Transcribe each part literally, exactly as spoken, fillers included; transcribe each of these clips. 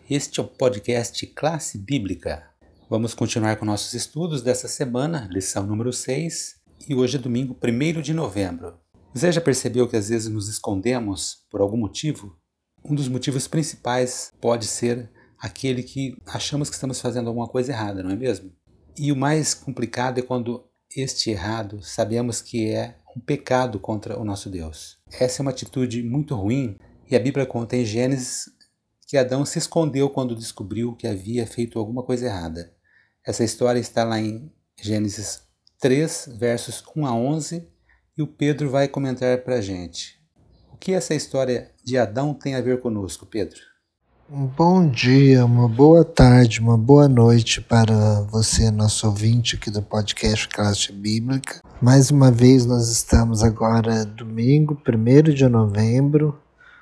Este é o podcast Classe Bíblica. Vamos continuar com nossos estudos dessa semana, lição número seis, e hoje é domingo primeiro de novembro. Você já percebeu que às vezes nos escondemos por algum motivo? Um dos motivos principais pode ser aquele que achamos que estamos fazendo alguma coisa errada, não é mesmo? E o mais complicado é quando este errado sabemos que é um pecado contra o nosso Deus. Essa é uma atitude muito ruim e a Bíblia conta em Gênesis que Adão se escondeu quando descobriu que havia feito alguma coisa errada. Essa história está lá em Gênesis três, versos um a onze, e o Pedro vai comentar para a gente. O que essa história de Adão tem a ver conosco, Pedro? Um bom dia, uma boa tarde, uma boa noite para você, nosso ouvinte aqui do podcast Classe Bíblica. Mais uma vez nós estamos agora domingo, primeiro de novembro,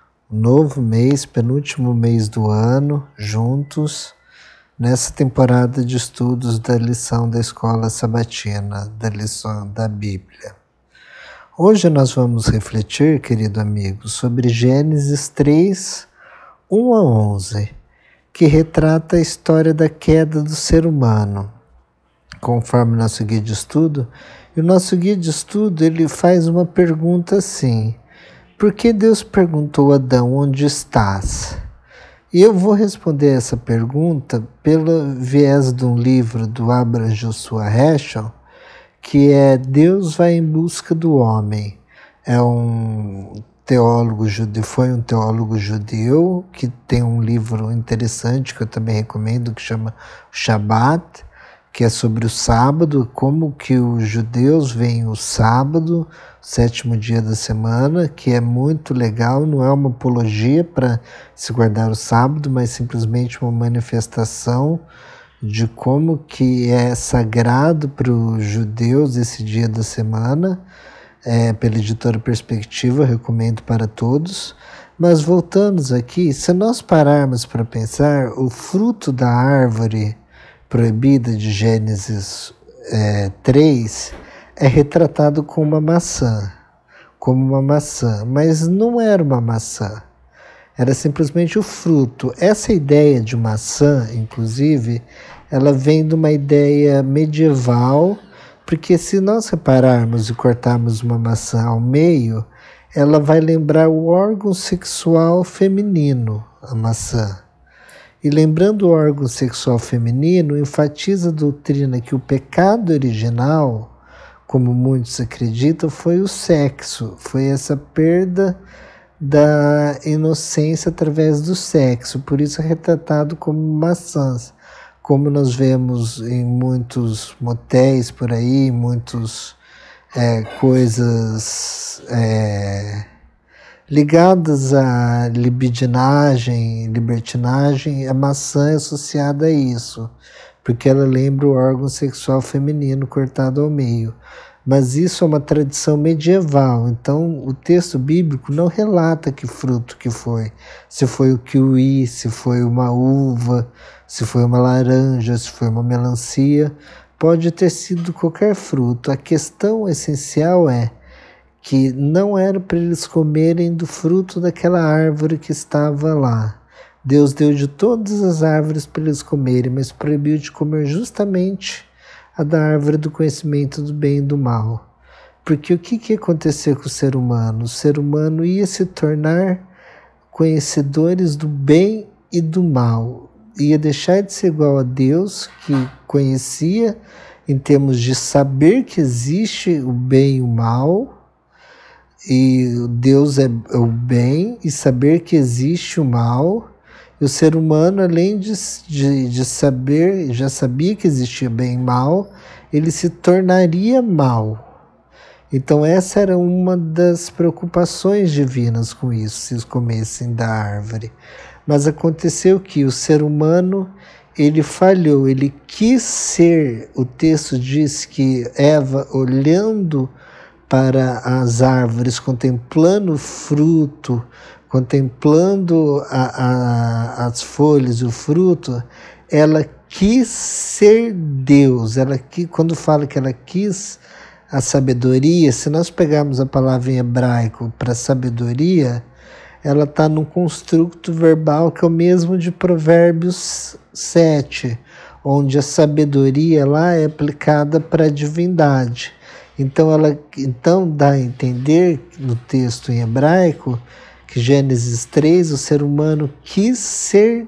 novo mês, penúltimo mês do ano, juntos, nessa temporada de estudos da lição da Escola Sabatina, da lição da Bíblia. Hoje nós vamos refletir, querido amigo, sobre Gênesis três, um a onze, que retrata a história da queda do ser humano, conforme nosso guia de estudo. E o nosso guia de estudo ele faz uma pergunta assim: por que Deus perguntou a Adão, onde estás? E eu vou responder essa pergunta pelo viés de um livro do Abraham Joshua Heschel, que é Deus vai em busca do homem. É um teólogo judeu, foi um teólogo judeu que tem um livro interessante que eu também recomendo, que chama Shabat, que é sobre o sábado, como que os judeus veem o sábado, o sétimo dia da semana, que é muito legal, não é uma apologia para se guardar o sábado, mas simplesmente uma manifestação de como que é sagrado para os judeus esse dia da semana. É, pela editora Perspectiva, recomendo para todos. Mas voltando aqui, se nós pararmos para pensar, o fruto da árvore proibida de Gênesis é, três é retratado como uma maçã, como uma maçã, mas não era uma maçã, era simplesmente o fruto. Essa ideia de maçã, inclusive, ela vem de uma ideia medieval, porque se nós repararmos e cortarmos uma maçã ao meio, ela vai lembrar o órgão sexual feminino, a maçã. E lembrando o órgão sexual feminino, enfatiza a doutrina que o pecado original, como muitos acreditam, foi o sexo, foi essa perda da inocência através do sexo, por isso é retratado como maçãs. Como nós vemos em muitos motéis por aí, muitas é, coisas é, ligadas à libidinagem, libertinagem, a maçã é associada a isso, porque ela lembra o órgão sexual feminino cortado ao meio. Mas isso é uma tradição medieval, então o texto bíblico não relata que fruto que foi, se foi o kiwi, se foi uma uva, se foi uma laranja, se foi uma melancia, pode ter sido qualquer fruto. A questão essencial é que não era para eles comerem do fruto daquela árvore que estava lá. Deus deu de todas as árvores para eles comerem, mas proibiu de comer justamente a da árvore do conhecimento do bem e do mal. Porque o que, que ia acontecer com o ser humano? O ser humano ia se tornar conhecedores do bem e do mal. Ia deixar de ser igual a Deus, que conhecia em termos de saber que existe o bem e o mal, e Deus é o bem, e saber que existe o mal. E o ser humano, além de, de, de saber, já sabia que existia bem e mal, ele se tornaria mal. Então essa era uma das preocupações divinas com isso, se eles comessem da árvore. Mas aconteceu que o ser humano, ele falhou, ele quis ser, o texto diz que Eva, olhando para as árvores, contemplando o fruto, contemplando a, a, as folhas e o fruto, ela quis ser Deus. Ela, quando fala que ela quis a sabedoria, se nós pegarmos a palavra em hebraico para sabedoria, ela está num construto verbal que é o mesmo de Provérbios sete, onde a sabedoria lá é aplicada para a divindade. Então, ela, então dá a entender no texto em hebraico que Gênesis três, o ser humano quis ser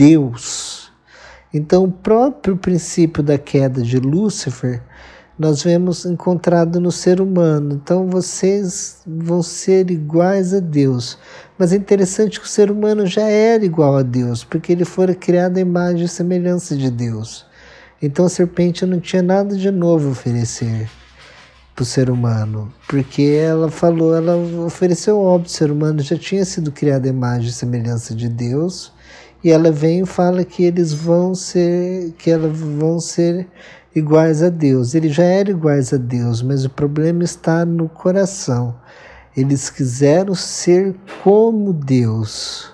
Deus. Então, o próprio princípio da queda de Lúcifer nós vemos encontrado no ser humano. Então, vocês vão ser iguais a Deus. Mas é interessante que o ser humano já era igual a Deus, porque ele fora criado à imagem e semelhança de Deus. Então, a serpente não tinha nada de novo a oferecer para o ser humano, porque ela falou, ela ofereceu óbvio, o ser humano já tinha sido criado à imagem e semelhança de Deus, e ela vem e fala que eles vão ser, que elas vão ser iguais a Deus. Eles já eram iguais a Deus, mas o problema está no coração. Eles quiseram ser como Deus,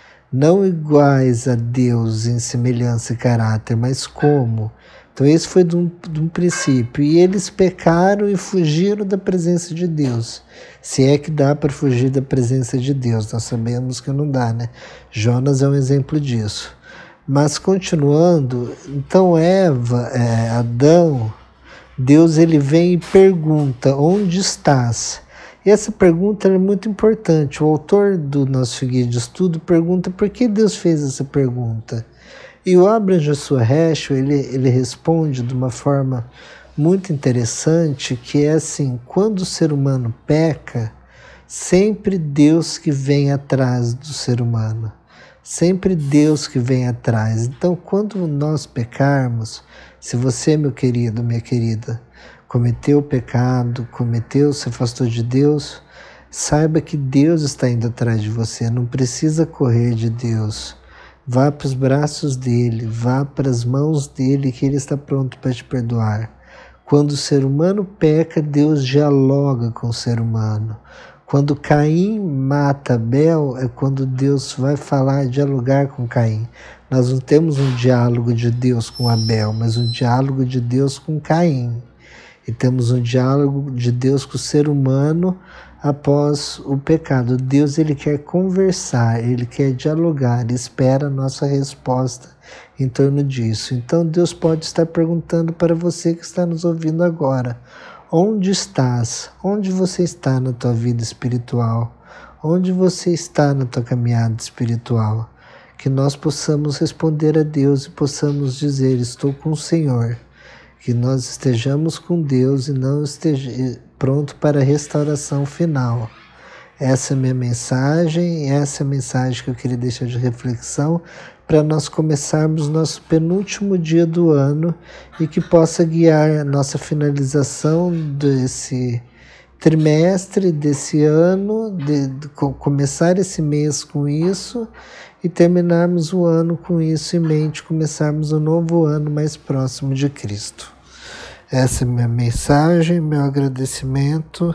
não iguais a Deus em semelhança e caráter, mas como. Então esse foi de um, de um princípio. E eles pecaram e fugiram da presença de Deus. Se é que dá para fugir da presença de Deus. Nós sabemos que não dá, né? Jonas é um exemplo disso. Mas continuando, então Eva, é, Adão, Deus ele vem e pergunta, onde estás? E essa pergunta é muito importante. O autor do nosso guia de estudo pergunta por que Deus fez essa pergunta. E o Abraham Joshua Heschel, ele, ele responde de uma forma muito interessante, que é assim, quando o ser humano peca, sempre Deus que vem atrás do ser humano. Sempre Deus que vem atrás. Então, quando nós pecarmos, se você, meu querido, minha querida, cometeu o pecado, cometeu, se afastou de Deus, saiba que Deus está indo atrás de você, não precisa correr de Deus. Vá para os braços dele, vá para as mãos dele, que ele está pronto para te perdoar. Quando o ser humano peca, Deus dialoga com o ser humano. Quando Caim mata Abel, é quando Deus vai falar, dialogar com Caim. Nós não temos um diálogo de Deus com Abel, mas um diálogo de Deus com Caim. E temos um diálogo de Deus com o ser humano após o pecado. Deus ele quer conversar, ele quer dialogar, ele espera a nossa resposta em torno disso. Então Deus pode estar perguntando para você que está nos ouvindo agora, onde estás? Onde você está na tua vida espiritual? Onde você está na tua caminhada espiritual? Que nós possamos responder a Deus e possamos dizer, estou com o Senhor. Que nós estejamos com Deus e não esteja pronto para a restauração final. Essa é a minha mensagem, essa é a mensagem que eu queria deixar de reflexão para nós começarmos nosso penúltimo dia do ano e que possa guiar a nossa finalização desse trimestre, desse ano, de, de começar esse mês com isso e terminarmos o ano com isso em mente, começarmos um novo ano mais próximo de Cristo. Essa é a minha mensagem, meu agradecimento.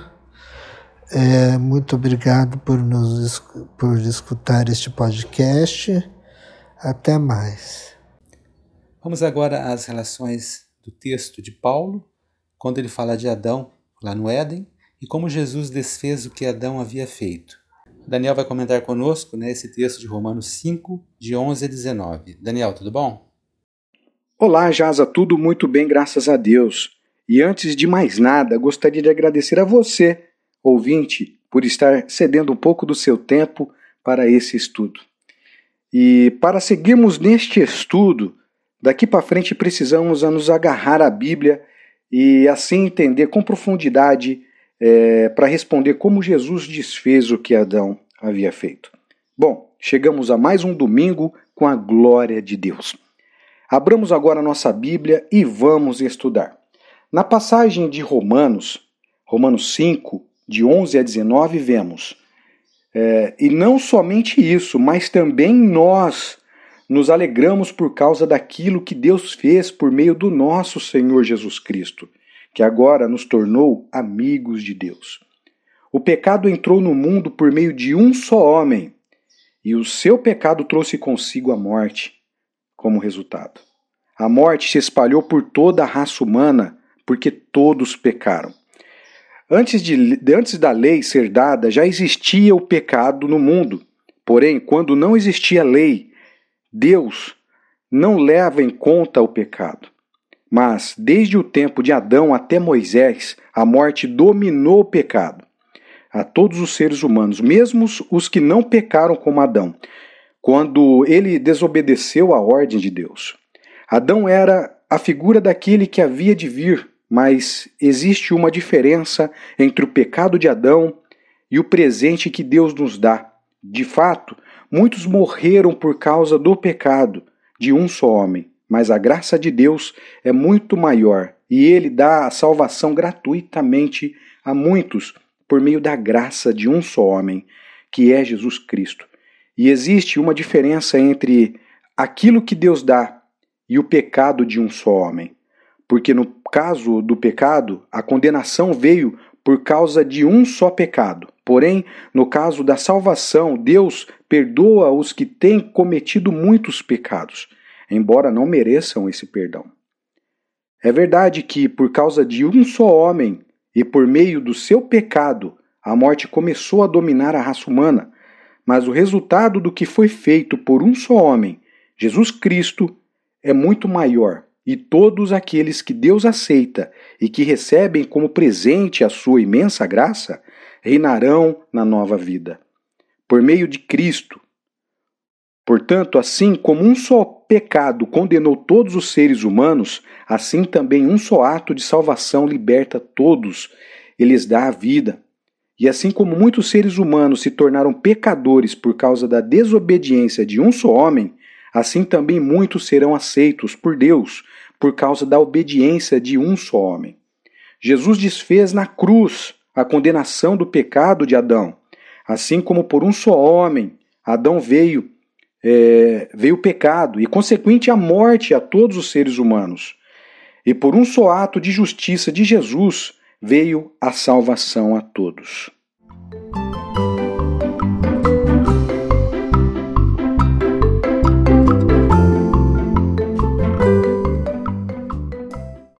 É, muito obrigado por, nos, por escutar este podcast. Até mais. Vamos agora às relações do texto de Paulo, quando ele fala de Adão lá no Éden e como Jesus desfez o que Adão havia feito. Daniel vai comentar conosco, né, esse texto de Romanos cinco, de onze a dezenove. Daniel, tudo bom? Olá, Jaza, tudo muito bem, graças a Deus. E antes de mais nada, gostaria de agradecer a você, ouvinte, por estar cedendo um pouco do seu tempo para esse estudo. E para seguirmos neste estudo, daqui para frente precisamos nos agarrar à Bíblia e assim entender com profundidade é, para responder como Jesus desfez o que Adão havia feito. Bom, chegamos a mais um domingo com a glória de Deus. Abramos agora a nossa Bíblia e vamos estudar. Na passagem de Romanos, Romanos cinco, de onze a dezenove, vemos, é, e não somente isso, mas também nós nos alegramos por causa daquilo que Deus fez por meio do nosso Senhor Jesus Cristo, que agora nos tornou amigos de Deus. O pecado entrou no mundo por meio de um só homem, e o seu pecado trouxe consigo a morte como resultado. A morte se espalhou por toda a raça humana, porque todos pecaram. Antes, de, antes da lei ser dada, já existia o pecado no mundo. Porém, quando não existia lei, Deus não leva em conta o pecado. Mas, desde o tempo de Adão até Moisés, a morte dominou o pecado a todos os seres humanos, mesmo os que não pecaram como Adão, quando ele desobedeceu à ordem de Deus. Adão era a figura daquele que havia de vir, mas existe uma diferença entre o pecado de Adão e o presente que Deus nos dá. De fato, muitos morreram por causa do pecado de um só homem, mas a graça de Deus é muito maior e Ele dá a salvação gratuitamente a muitos por meio da graça de um só homem, que é Jesus Cristo. E existe uma diferença entre aquilo que Deus dá e o pecado de um só homem. Porque no caso do pecado, a condenação veio por causa de um só pecado. Porém, no caso da salvação, Deus perdoa os que têm cometido muitos pecados, embora não mereçam esse perdão. É verdade que, por causa de um só homem e por meio do seu pecado, a morte começou a dominar a raça humana, mas o resultado do que foi feito por um só homem, Jesus Cristo, é muito maior. E todos aqueles que Deus aceita e que recebem como presente a sua imensa graça, reinarão na nova vida, por meio de Cristo. Portanto, assim como um só pecado condenou todos os seres humanos, assim também um só ato de salvação liberta todos e lhes dá a vida. E assim como muitos seres humanos se tornaram pecadores por causa da desobediência de um só homem, assim também muitos serão aceitos por Deus por causa da obediência de um só homem. Jesus desfez na cruz a condenação do pecado de Adão. Assim como por um só homem, Adão veio, é, veio o pecado e consequente a morte a todos os seres humanos. E por um só ato de justiça de Jesus veio a salvação a todos.